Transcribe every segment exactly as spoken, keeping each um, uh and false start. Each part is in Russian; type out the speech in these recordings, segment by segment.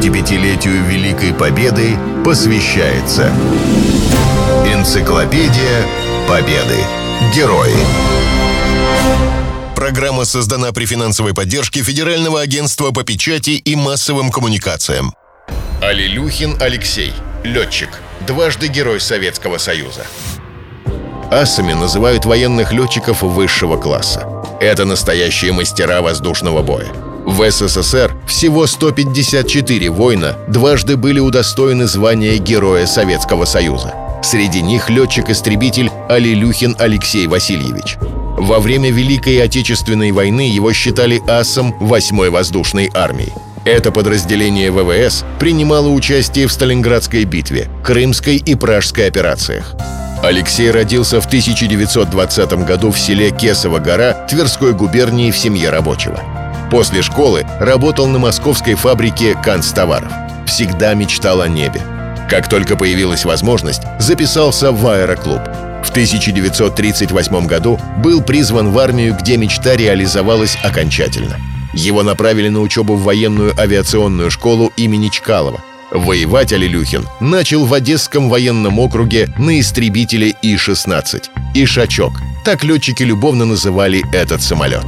семидесятипятилетию Великой Победы посвящается Энциклопедия Победы. Герои. Программа создана при финансовой поддержке Федерального агентства по печати и массовым коммуникациям. Алилюхин Алексей. Летчик. Дважды Герой Советского Союза. Асами называют военных летчиков высшего класса. Это настоящие мастера воздушного боя. В СССР всего сто пятьдесят четыре воина дважды были удостоены звания Героя Советского Союза. Среди них летчик-истребитель Алилюхин Алексей Васильевич. Во время Великой Отечественной войны его считали асом восьмой воздушной армии. Это подразделение ВВС принимало участие в Сталинградской битве, Крымской и Пражской операциях. Алексей родился в тысяча девятьсот двадцатом году в селе Кесово-Гора Тверской губернии в семье рабочего. После школы работал на московской фабрике канцтоваров. Всегда мечтал о небе. Как только появилась возможность, записался в аэроклуб. В тысяча девятьсот тридцать восьмом году был призван в армию, где мечта реализовалась окончательно. Его направили на учебу в военную авиационную школу имени Чкалова. Воевать Алилюхин начал в Одесском военном округе на истребителе И шестнадцать. «Ишачок» — так летчики любовно называли этот самолет.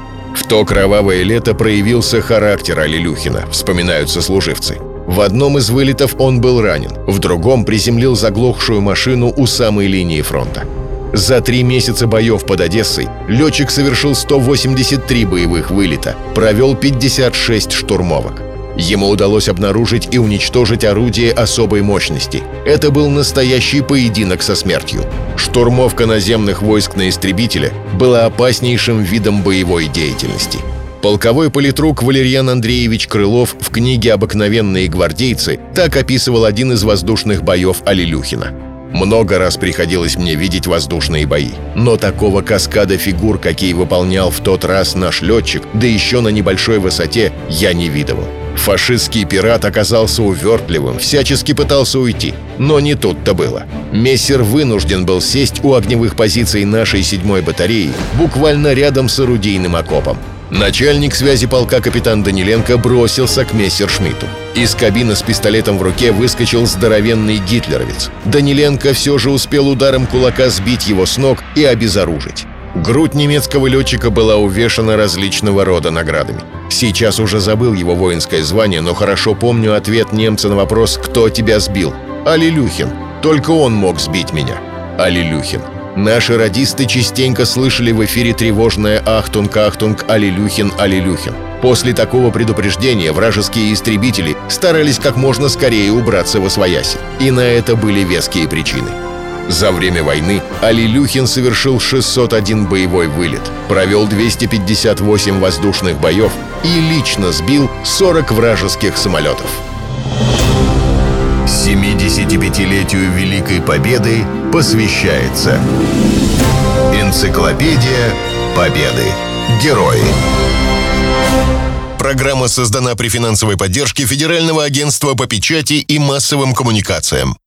В то кровавое лето проявился характер Алилюхина, вспоминают сослуживцы. В одном из вылетов он был ранен, в другом приземлил заглохшую машину у самой линии фронта. За три месяца боев под Одессой летчик совершил сто восемьдесят три боевых вылета, провел пятьдесят шесть штурмовок. Ему удалось обнаружить и уничтожить орудие особой мощности. Это был настоящий поединок со смертью. Штурмовка наземных войск на истребителе была опаснейшим видом боевой деятельности. Полковой политрук Валерьян Андреевич Крылов в книге «Обыкновенные гвардейцы» так описывал один из воздушных боев Алилюхина. «Много раз приходилось мне видеть воздушные бои, но такого каскада фигур, какие выполнял в тот раз наш летчик, да еще на небольшой высоте, я не видывал. Фашистский пират оказался увертливым, всячески пытался уйти. Но не тут-то было. Мессер вынужден был сесть у огневых позиций нашей седьмой батареи, буквально рядом с орудийным окопом. Начальник связи полка капитан Даниленко бросился к мессершмитту. Из кабины с пистолетом в руке выскочил здоровенный гитлеровец. Даниленко все же успел ударом кулака сбить его с ног и обезоружить. Грудь немецкого летчика была увешана различного рода наградами. Сейчас уже забыл его воинское звание, но хорошо помню ответ немца на вопрос «Кто тебя сбил?» «Алилюхин. Только он мог сбить меня». Алилюхин. Наши радисты частенько слышали в эфире тревожное «Ахтунг, Ахтунг, Алилюхин, Алилюхин». После такого предупреждения вражеские истребители старались как можно скорее убраться восвояси. И на это были веские причины. За время войны Алилюхин совершил шестьсот один боевой вылет, провел двести пятьдесят восемь воздушных боев и лично сбил сорок вражеских самолетов. семидесятипятилетию Великой Победы посвящается Энциклопедия Победы. Герои. Программа создана при финансовой поддержке Федерального агентства по печати и массовым коммуникациям.